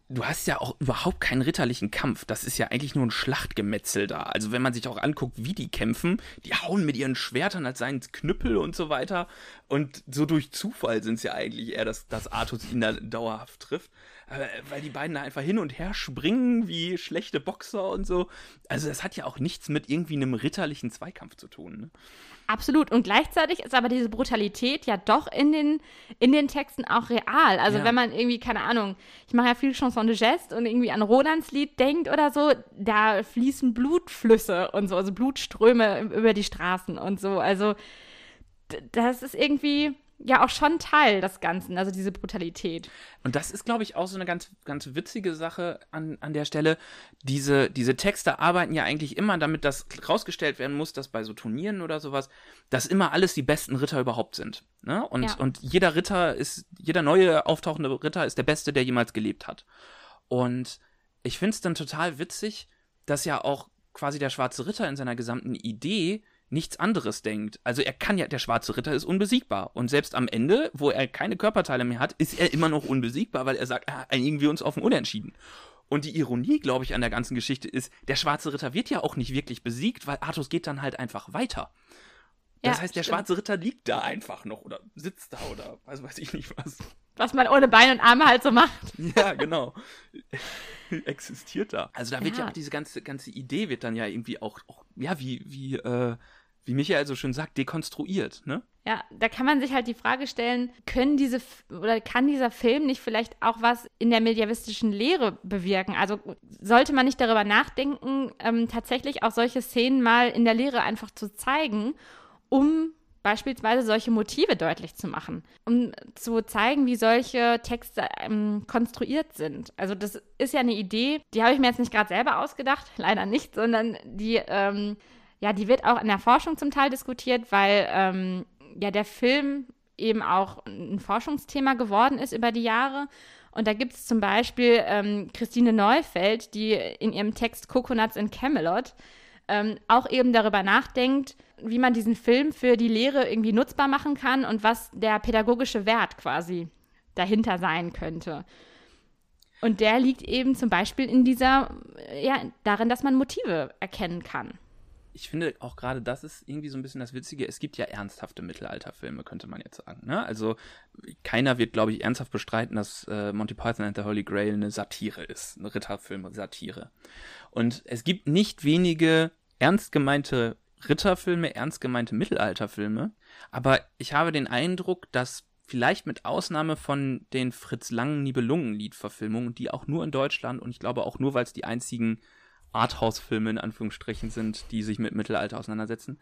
du hast ja auch überhaupt keinen ritterlichen Kampf. Das ist ja eigentlich nur ein Schlachtgemetzel da. Also wenn man sich auch anguckt, wie die kämpfen, die hauen mit ihren Schwertern als seien es Knüppel und so weiter. Und so durch Zufall sind es ja eigentlich eher, dass, dass Artus ihn da dauerhaft trifft. Aber, weil die beiden da einfach hin und her springen wie schlechte Boxer und so. Also das hat ja auch nichts mit irgendwie einem ritterlichen Zweikampf zu tun, ne? Absolut. Und gleichzeitig ist aber diese Brutalität ja doch in den, in den Texten auch real. Also Ja. wenn man irgendwie, keine Ahnung, ich mache ja viel Chanson de Geste und irgendwie an Rolands Lied denkt oder so, da fließen Blutflüsse und so, also Blutströme über die Straßen und so. Also d- das ist irgendwie ja auch schon Teil des Ganzen, also diese Brutalität. Und das ist, glaube ich, auch so eine ganz, ganz witzige Sache an, an der Stelle. Diese, diese Texte arbeiten ja eigentlich immer, damit das rausgestellt werden muss, dass bei so Turnieren oder sowas, dass immer alles die besten Ritter überhaupt sind. Ne? Und, Ja. und jeder Ritter ist, jeder neue auftauchende Ritter ist der Beste, der jemals gelebt hat. Und ich finde es dann total witzig, dass ja auch quasi der Schwarze Ritter in seiner gesamten Idee nichts anderes denkt. Also er kann ja, der Schwarze Ritter ist unbesiegbar. Und selbst am Ende, wo er keine Körperteile mehr hat, ist er immer noch unbesiegbar, weil er sagt, ah, einigen wir uns auf ein Unentschieden. Und die Ironie, glaube ich, an der ganzen Geschichte ist, der Schwarze Ritter wird ja auch nicht wirklich besiegt, weil Artus geht dann halt einfach weiter. Das Ja, heißt, der stimmt. Schwarze Ritter liegt da einfach noch oder sitzt da oder weiß, weiß ich nicht was. Was man ohne Beine und Arme halt so macht. Ja, genau. Existiert da. Also da wird ja. Ja. auch diese ganze, ganze Idee wird dann ja irgendwie auch, auch ja, wie, wie, äh, wie Michael so schön sagt, dekonstruiert, ne? Ja, da kann man sich halt die Frage stellen, können diese F- oder kann dieser Film nicht vielleicht auch was in der medievistischen Lehre bewirken? Also sollte man nicht darüber nachdenken, ähm, tatsächlich auch solche Szenen mal in der Lehre einfach zu zeigen, um beispielsweise solche Motive deutlich zu machen, um zu zeigen, wie solche Texte ähm, konstruiert sind. Also das ist ja eine Idee, die habe ich mir jetzt nicht gerade selber ausgedacht, leider nicht, sondern die, ähm, ja, die wird auch in der Forschung zum Teil diskutiert, weil ähm, ja der Film eben auch ein Forschungsthema geworden ist über die Jahre. Und da gibt es zum Beispiel ähm, Christine Neufeld, die in ihrem Text Coconuts in Camelot ähm, auch eben darüber nachdenkt, wie man diesen Film für die Lehre irgendwie nutzbar machen kann und was der pädagogische Wert quasi dahinter sein könnte. Und der liegt eben zum Beispiel in dieser, ja, darin, dass man Motive erkennen kann. Ich finde auch gerade, das ist irgendwie so ein bisschen das Witzige. Es gibt ja ernsthafte Mittelalterfilme, könnte man jetzt sagen. Ne? Also keiner wird, glaube ich, ernsthaft bestreiten, dass äh, Monty Python and the Holy Grail eine Satire ist. Eine Ritterfilm-Satire. Und es gibt nicht wenige ernst gemeinte Ritterfilme, ernst gemeinte Mittelalterfilme. Aber ich habe den Eindruck, dass vielleicht mit Ausnahme von den Fritz Lang Nibelungen-Liedverfilmungen, die auch nur in Deutschland und ich glaube auch nur, weil es die einzigen Arthouse-Filme in Anführungsstrichen sind, die sich mit Mittelalter auseinandersetzen,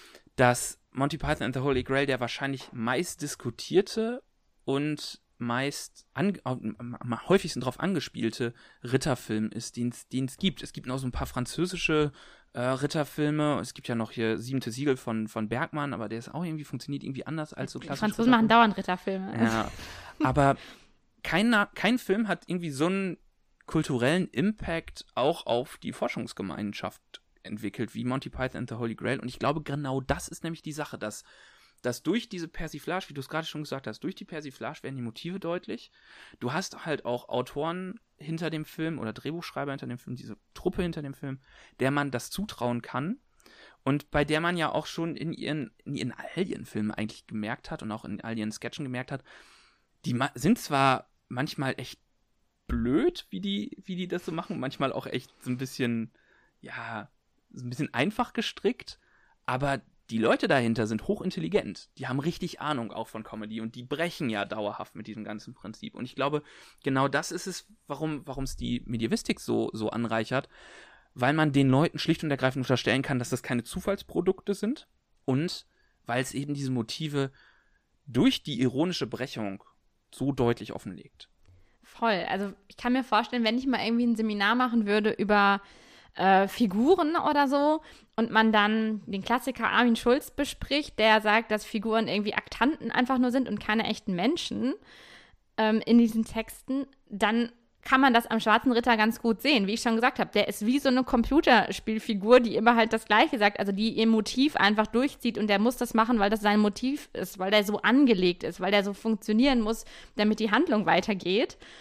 dass Monty Python and the Holy Grail der wahrscheinlich meist diskutierte und meist an, am häufigsten drauf angespielte Ritterfilm ist, den es gibt. Es gibt noch so ein paar französische äh, Ritterfilme. Es gibt ja noch hier Siebente Siegel von, von Bergmann, aber der ist auch irgendwie, funktioniert irgendwie anders als so Die klassisch. Franzosen machen dauernd Ritterfilme. Ja, aber keiner, kein Film hat irgendwie so einen kulturellen Impact auch auf die Forschungsgemeinschaft entwickelt, wie Monty Python and the Holy Grail. Und ich glaube, genau das ist nämlich die Sache, dass, dass durch diese Persiflage, wie du es gerade schon gesagt hast, durch die Persiflage werden die Motive deutlich. Du hast halt auch Autoren hinter dem Film oder Drehbuchschreiber hinter dem Film, diese Truppe hinter dem Film, der man das zutrauen kann und bei der man ja auch schon in ihren, in ihren Alien-Filmen eigentlich gemerkt hat und auch in all ihren Sketchen gemerkt hat, die ma- sind zwar manchmal echt blöd, wie die, wie die das so machen. Manchmal auch echt so ein bisschen, ja, so ein bisschen einfach gestrickt. Aber die Leute dahinter sind hochintelligent. Die haben richtig Ahnung auch von Comedy und die brechen ja dauerhaft mit diesem ganzen Prinzip. Und ich glaube, genau das ist es, warum warum es die Medievistik so, so anreichert, weil man den Leuten schlicht und ergreifend unterstellen kann, dass das keine Zufallsprodukte sind und weil es eben diese Motive durch die ironische Brechung so deutlich offenlegt. Voll. Also ich kann mir vorstellen, wenn ich mal irgendwie ein Seminar machen würde über äh, Figuren oder so und man dann den Klassiker Armin Schulz bespricht, der sagt, dass Figuren irgendwie Aktanten einfach nur sind und keine echten Menschen ähm, in diesen Texten, dann kann man das am Schwarzen Ritter ganz gut sehen. Wie ich schon gesagt habe, der ist wie so eine Computerspielfigur, die immer halt das Gleiche sagt, also die ihr Motiv einfach durchzieht und der muss das machen, weil das sein Motiv ist, weil der so angelegt ist, weil der so funktionieren muss, damit die Handlung weitergeht.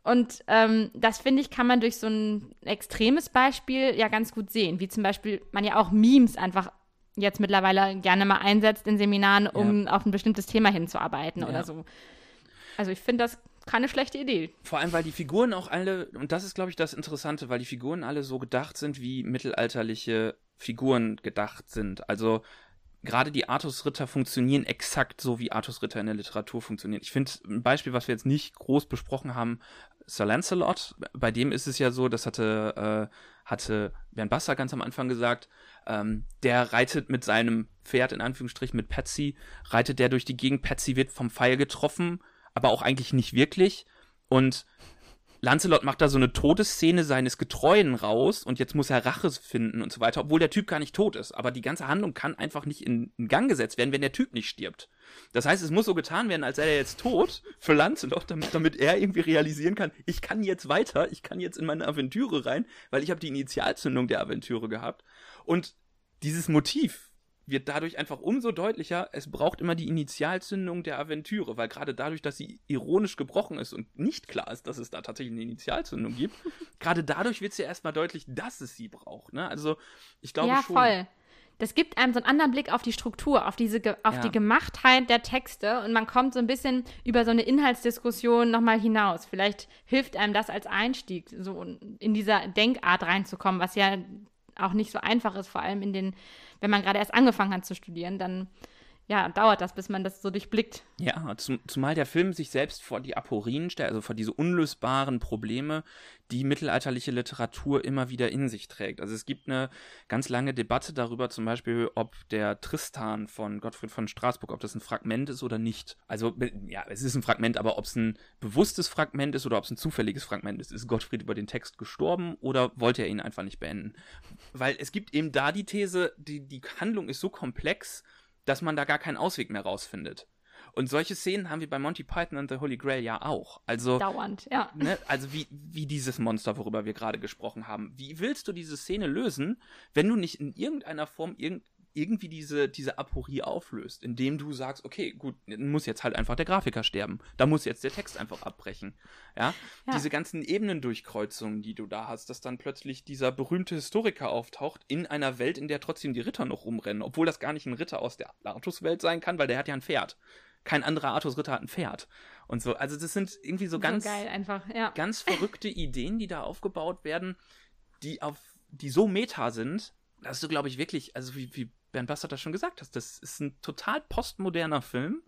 Und ähm, das, finde ich, kann man durch so ein extremes Beispiel ja ganz gut sehen. Wie zum Beispiel man ja auch Memes einfach jetzt mittlerweile gerne mal einsetzt in Seminaren, um ja. auf ein bestimmtes Thema hinzuarbeiten ja. oder so. Also ich finde das keine schlechte Idee. Vor allem, weil die Figuren auch alle, und das ist, glaube ich, das Interessante, weil die Figuren alle so gedacht sind, wie mittelalterliche Figuren gedacht sind. Also gerade die Artusritter funktionieren exakt so, wie Artusritter in der Literatur funktionieren. Ich finde ein Beispiel, was wir jetzt nicht groß besprochen haben, Sir Lancelot, bei dem ist es ja so, das hatte, äh, hatte Bernd Basser ganz am Anfang gesagt, ähm, der reitet mit seinem Pferd, in Anführungsstrichen mit Patsy, reitet der durch die Gegend, Patsy wird vom Pfeil getroffen, aber auch eigentlich nicht wirklich. Und Lancelot macht da so eine Todesszene seines Getreuen raus und jetzt muss er Rache finden und so weiter, obwohl der Typ gar nicht tot ist. Aber die ganze Handlung kann einfach nicht in, in Gang gesetzt werden, wenn der Typ nicht stirbt. Das heißt, es muss so getan werden, als sei er jetzt tot für Lancelot, damit, damit er irgendwie realisieren kann, ich kann jetzt weiter, ich kann jetzt in meine Aventüre rein, weil ich habe die Initialzündung der Aventüre gehabt. Und dieses Motiv wird dadurch einfach umso deutlicher, es braucht immer die Initialzündung der Aventüre, weil gerade dadurch, dass sie ironisch gebrochen ist und nicht klar ist, dass es da tatsächlich eine Initialzündung gibt, gerade dadurch wird es ja erstmal deutlich, dass es sie braucht, ne? Also, ich glaube ja, schon. Ja, voll. Das gibt einem so einen anderen Blick auf die Struktur, auf diese Ge- auf ja. die Gemachtheit der Texte und man kommt so ein bisschen über so eine Inhaltsdiskussion nochmal hinaus. Vielleicht hilft einem das als Einstieg, so in dieser Denkart reinzukommen, was ja auch nicht so einfach ist, vor allem in den, wenn man gerade erst angefangen hat zu studieren, dann ja, dauert das, bis man das so durchblickt. Ja, zum, zumal der Film sich selbst vor die Aporien stellt, also vor diese unlösbaren Probleme, die mittelalterliche Literatur immer wieder in sich trägt. Also es gibt eine ganz lange Debatte darüber, zum Beispiel, ob der Tristan von Gottfried von Straßburg, ob das ein Fragment ist oder nicht. Also, ja, es ist ein Fragment, aber ob es ein bewusstes Fragment ist oder ob es ein zufälliges Fragment ist. Ist Gottfried über den Text gestorben oder wollte er ihn einfach nicht beenden? Weil es gibt eben da die These, die, die Handlung ist so komplex, dass man da gar keinen Ausweg mehr rausfindet. Und solche Szenen haben wir bei Monty Python and the Holy Grail ja auch. Also, dauernd, ja. Ne, also wie, wie dieses Monster, worüber wir gerade gesprochen haben. Wie willst du diese Szene lösen, wenn du nicht in irgendeiner Form irg- irgendwie diese, diese Aporie auflöst, indem du sagst, okay, gut, dann muss jetzt halt einfach der Grafiker sterben. Da muss jetzt der Text einfach abbrechen. Ja? Ja. Diese ganzen Ebenendurchkreuzungen, die du da hast, dass dann plötzlich dieser berühmte Historiker auftaucht in einer Welt, in der trotzdem die Ritter noch rumrennen, obwohl das gar nicht ein Ritter aus der Artus-Welt sein kann, weil der hat ja ein Pferd. Kein anderer Artus-Ritter hat ein Pferd. Und so, also das sind irgendwie so, so ganz, geil einfach, ja. ganz verrückte Ideen, die da aufgebaut werden, die auf, die so meta sind, dass du, glaube ich, wirklich, also wie, wie Bernd Basser das schon gesagt hast, das ist ein total postmoderner Film,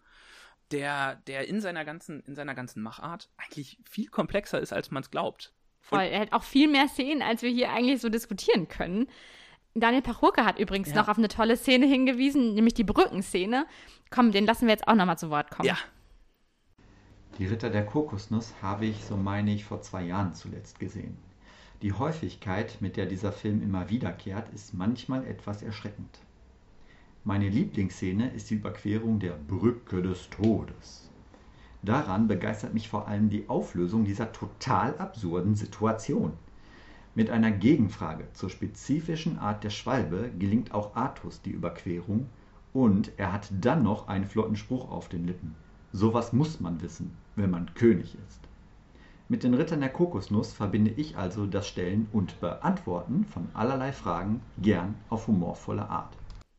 der, der in seiner ganzen, in seiner ganzen Machart eigentlich viel komplexer ist, als man es glaubt. Voll, er hat auch viel mehr Szenen, als wir hier eigentlich so diskutieren können. Daniel Pachurke hat übrigens ja. noch auf eine tolle Szene hingewiesen, nämlich die Brückenszene. Komm, den lassen wir jetzt auch nochmal zu Wort kommen. Ja. Die Ritter der Kokosnuss habe ich, so meine ich, vor zwei Jahren zuletzt gesehen. Die Häufigkeit, mit der dieser Film immer wiederkehrt, ist manchmal etwas erschreckend. Meine Lieblingsszene ist die Überquerung der Brücke des Todes. Daran begeistert mich vor allem die Auflösung dieser total absurden Situation. Mit einer Gegenfrage zur spezifischen Art der Schwalbe gelingt auch Artus die Überquerung und er hat dann noch einen flotten Spruch auf den Lippen. Sowas muss man wissen, wenn man König ist. Mit den Rittern der Kokosnuss verbinde ich also das Stellen und Beantworten von allerlei Fragen gern auf humorvolle Art.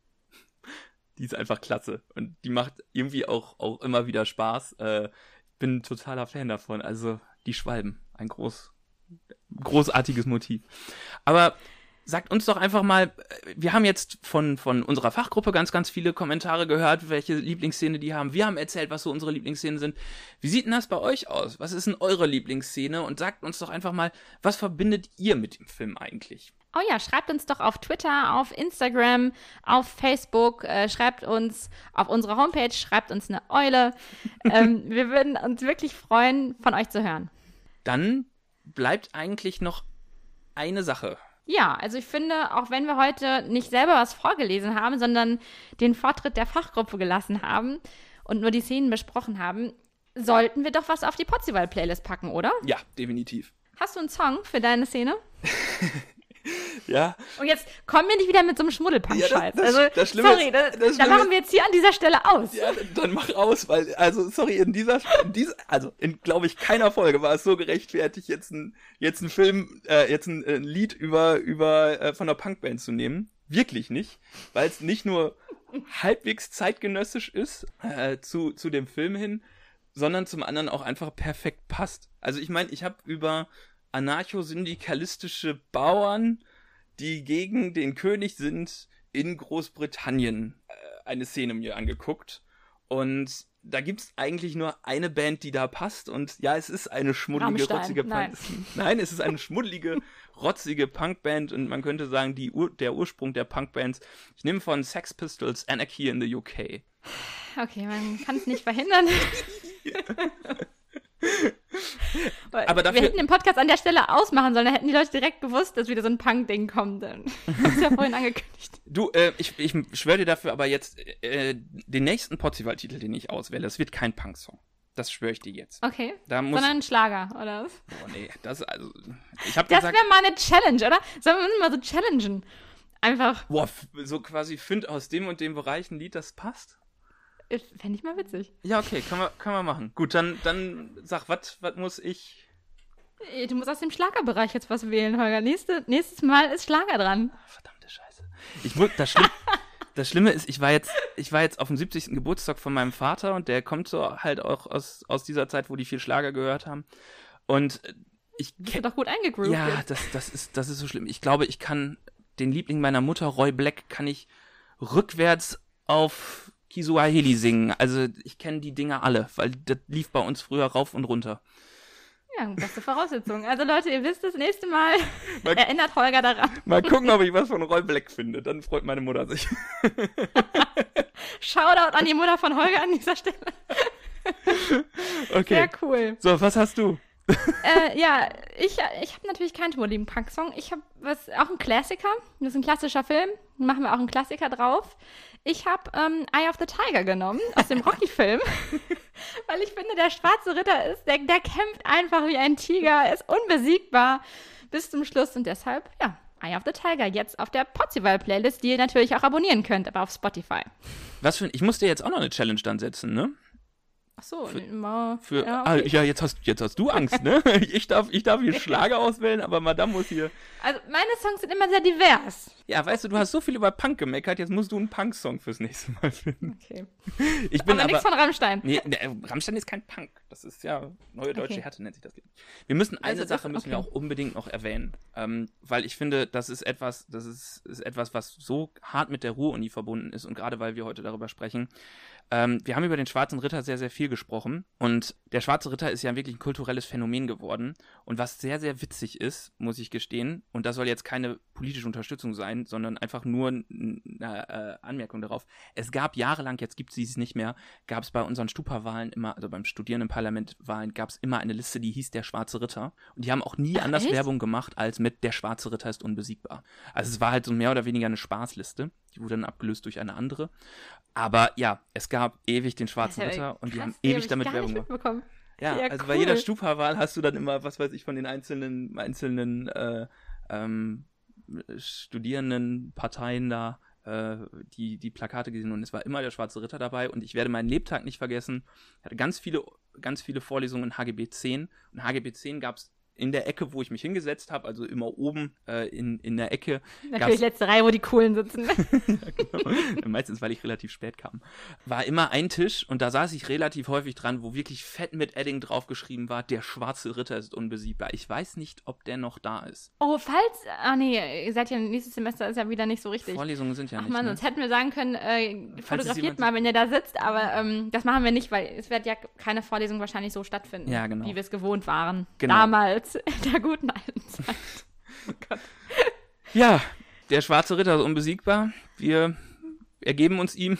Die ist einfach klasse und die macht irgendwie auch, auch immer wieder Spaß. Äh, bin ein totaler Fan davon. Also die Schwalben, ein groß, großartiges Motiv. Aber sagt uns doch einfach mal, wir haben jetzt von, von unserer Fachgruppe ganz, ganz viele Kommentare gehört, welche Lieblingsszene die haben. Wir haben erzählt, was so unsere Lieblingsszenen sind. Wie sieht denn das bei euch aus? Was ist denn eure Lieblingsszene? Und sagt uns doch einfach mal, was verbindet ihr mit dem Film eigentlich? Oh ja, schreibt uns doch auf Twitter, auf Instagram, auf Facebook, äh, schreibt uns auf unsere Homepage, schreibt uns eine Eule. ähm, wir würden uns wirklich freuen, von euch zu hören. Dann bleibt eigentlich noch eine Sache. Ja, also ich finde, auch wenn wir heute nicht selber was vorgelesen haben, sondern den Vortritt der Fachgruppe gelassen haben und nur die Szenen besprochen haben, sollten wir doch was auf die Potzival-Playlist packen, oder? Ja, definitiv. Hast du einen Song für deine Szene? Ja. Und jetzt kommen wir nicht wieder mit so einem Schmuddelpunk-Scheiß. Ja, das, das, also, das Schlimme sorry, ist, das, das da Schlimme machen wir jetzt hier an dieser Stelle aus. Ja, dann mach aus, weil, also, sorry, in dieser, in dieser also, in, glaube ich, keiner Folge war es so gerechtfertigt, jetzt ein, jetzt ein Film, äh, jetzt ein, ein Lied über, über, äh, von einer Punkband zu nehmen. Wirklich nicht. Weil es nicht nur halbwegs zeitgenössisch ist, äh, zu, zu dem Film hin, sondern zum anderen auch einfach perfekt passt. Also, ich meine, ich habe über anarcho-syndikalistische Bauern, die gegen den König sind, in Großbritannien äh, eine Szene mir angeguckt. Und da gibt's eigentlich nur eine Band, die da passt. Und ja, es ist eine schmuddelige, Rammstein, rotzige nein. Punk. Nein, es ist eine schmuddelige, rotzige Punkband. Und man könnte sagen, die Ur- der Ursprung der Punkbands. Ich nehme von Sex Pistols Anarchy in the U K. Okay, man kann es nicht verhindern. Aber dafür, wir hätten den Podcast an der Stelle ausmachen sollen, da hätten die Leute direkt gewusst, dass wieder so ein Punk-Ding kommt. Das ist ja vorhin angekündigt. Du, äh, ich, ich schwöre dir dafür aber jetzt, äh, den nächsten Potzival-Titel, den ich auswähle, das wird kein Punk-Song. Das schwöre ich dir jetzt. Okay, da muss, sondern ein Schlager, oder was? Oh nee, das, also, ich hab Das gesagt... wäre mal eine Challenge, oder? Sollen wir uns mal so challengen? Einfach... Boah, so quasi, find aus dem und dem Bereich ein Lied, das passt? Fände ich mal witzig. Ja, okay, kann man, kann man machen. Gut, dann, dann sag, was muss ich... Du musst aus dem Schlagerbereich jetzt was wählen, Holger. Nächste, nächstes Mal ist Schlager dran. Verdammte Scheiße. Ich muss, das, Schlimm, das Schlimme ist, ich war jetzt, ich war jetzt auf dem siebzigsten Geburtstag von meinem Vater und der kommt so halt auch aus, aus dieser Zeit, wo die viel Schlager gehört haben. Und ich Bist du doch gut eingegroovt Ja, jetzt. das, das ist, das ist so schlimm. Ich glaube, ich kann den Liebling meiner Mutter, Roy Black, kann ich rückwärts auf Kiswahili singen. Also ich kenne die Dinger alle, weil das lief bei uns früher rauf und runter. Ja, beste Voraussetzung. Also Leute, ihr wisst, das nächste Mal mal, erinnert Holger daran. Mal gucken, ob ich was von Roy Black finde. Dann freut meine Mutter sich. Shoutout an die Mutter von Holger an dieser Stelle. Okay. Sehr cool. So, was hast du? äh, ja, ich, ich habe natürlich keinen schmuddeligen Punk-Song. Ich habe was, auch ein Klassiker. Das ist ein klassischer Film. Da machen wir auch einen Klassiker drauf. Ich habe ähm, Eye of the Tiger genommen, aus dem Rocky-Film. Weil ich finde, der schwarze Ritter ist, der, der kämpft einfach wie ein Tiger, er ist unbesiegbar bis zum Schluss. Und deshalb, ja, Eye of the Tiger jetzt auf der Potzival-Playlist, die ihr natürlich auch abonnieren könnt, aber auf Spotify. Was für ein, ich muss dir jetzt auch noch eine Challenge dann setzen, ne? Ach so, für, immer. Für, ja, okay. okay. ah, ja, jetzt hast, jetzt hast du Angst, ne? Ich darf, ich darf hier Schlager auswählen, aber Madame muss hier... Also, meine Songs sind immer sehr divers. Ja, weißt du, du hast so viel über Punk gemeckert, jetzt musst du einen Punk-Song fürs nächste Mal finden. Okay. Ich bin aber, aber nichts von Rammstein. Nee, ne, Rammstein ist kein Punk. Das ist ja neue deutsche Okay. Härte, nennt sich das. Wir müssen eine Also das- Sache müssen okay. wir auch unbedingt noch erwähnen, ähm, weil ich finde, das ist etwas, das ist, ist etwas, was so hart mit der Ruhr-Uni verbunden ist und gerade weil wir heute darüber sprechen. Ähm, wir haben über den Schwarzen Ritter sehr, sehr viel gesprochen und der Schwarze Ritter ist ja wirklich ein kulturelles Phänomen geworden und was sehr, sehr witzig ist, muss ich gestehen, und das soll jetzt keine politische Unterstützung sein, sondern einfach nur eine äh, Anmerkung darauf. Es gab jahrelang, jetzt gibt es dieses nicht mehr, gab es bei unseren Stupa-Wahlen immer, also beim Studierendenparlament-Wahlen gab es immer eine Liste, die hieß der Schwarze Ritter und die haben auch nie Ach, anders echt? Werbung gemacht als mit der Schwarze Ritter ist unbesiegbar. Also es war halt so mehr oder weniger eine Spaßliste, die wurde dann abgelöst durch eine andere. Aber ja, es gab ewig den Schwarzen Das ist ja Ritter und die krass, haben die ewig hab ich damit gar Werbung nicht gemacht. mitbekommen. Ja, Ja, also bei cool. jeder Stupa-Wahl hast du dann immer, was weiß ich, von den einzelnen, einzelnen äh, ähm, Studierendenparteien da äh, die, die Plakate gesehen und es war immer der Schwarze Ritter dabei und ich werde meinen Lebtag nicht vergessen. Ich hatte ganz viele, ganz viele Vorlesungen in H G B zehn und H G B zehn gab es in der Ecke, wo ich mich hingesetzt habe, also immer oben äh, in, in der Ecke. Natürlich letzte Reihe, wo die Coolen sitzen. Ja, genau. Meistens, weil ich relativ spät kam. War immer ein Tisch und da saß ich relativ häufig dran, wo wirklich fett mit Edding draufgeschrieben war, der Schwarze Ritter ist unbesiegbar. Ich weiß nicht, ob der noch da ist. Oh, falls. Ah, nee, ihr seid ja nächstes Semester ist ja wieder nicht so richtig. Vorlesungen sind ja Ach nicht. man, ne? sonst hätten wir sagen können, äh, Falls es fotografiert jemand- mal, wenn ihr da sitzt, aber ähm, das machen wir nicht, weil es wird ja keine Vorlesung wahrscheinlich so stattfinden, Ja, genau. wie wir es gewohnt waren. Genau. Damals, in der guten alten Zeit. Oh Gott. Ja, der Schwarze Ritter ist unbesiegbar. Wir ergeben uns ihm.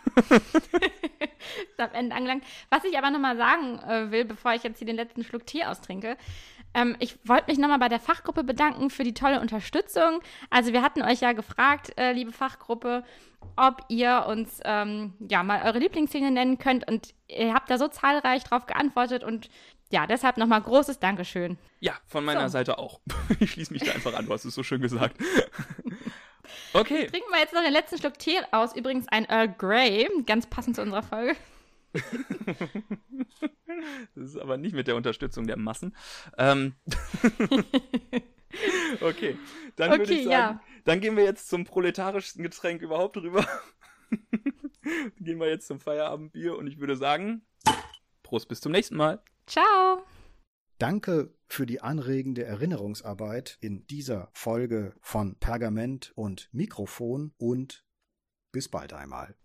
Ist am Ende angelangt. Was ich aber nochmal sagen äh, will, bevor ich jetzt hier den letzten Schluck Tee austrinke, ähm, ich wollte mich nochmal bei der Fachgruppe bedanken für die tolle Unterstützung. Also wir hatten euch ja gefragt, äh, liebe Fachgruppe, ob ihr uns ähm, ja mal eure Lieblingsszene nennen könnt und ihr habt da so zahlreich drauf geantwortet und ja, deshalb nochmal großes Dankeschön. Ja, von meiner So. Seite auch. Ich schließe mich da einfach an, du hast es so schön gesagt. Okay. Trinken wir jetzt noch den letzten Schluck Tee aus. Übrigens ein Earl Grey, ganz passend zu unserer Folge. Das ist aber nicht mit der Unterstützung der Massen. Ähm. Okay, dann würde Okay, ich sagen, ja. dann gehen wir jetzt zum proletarischsten Getränk überhaupt rüber. Gehen wir jetzt zum Feierabendbier und ich würde sagen, Prost, bis zum nächsten Mal. Ciao. Danke für die anregende Erinnerungsarbeit in dieser Folge von Pergament und Mikrofon und bis bald einmal.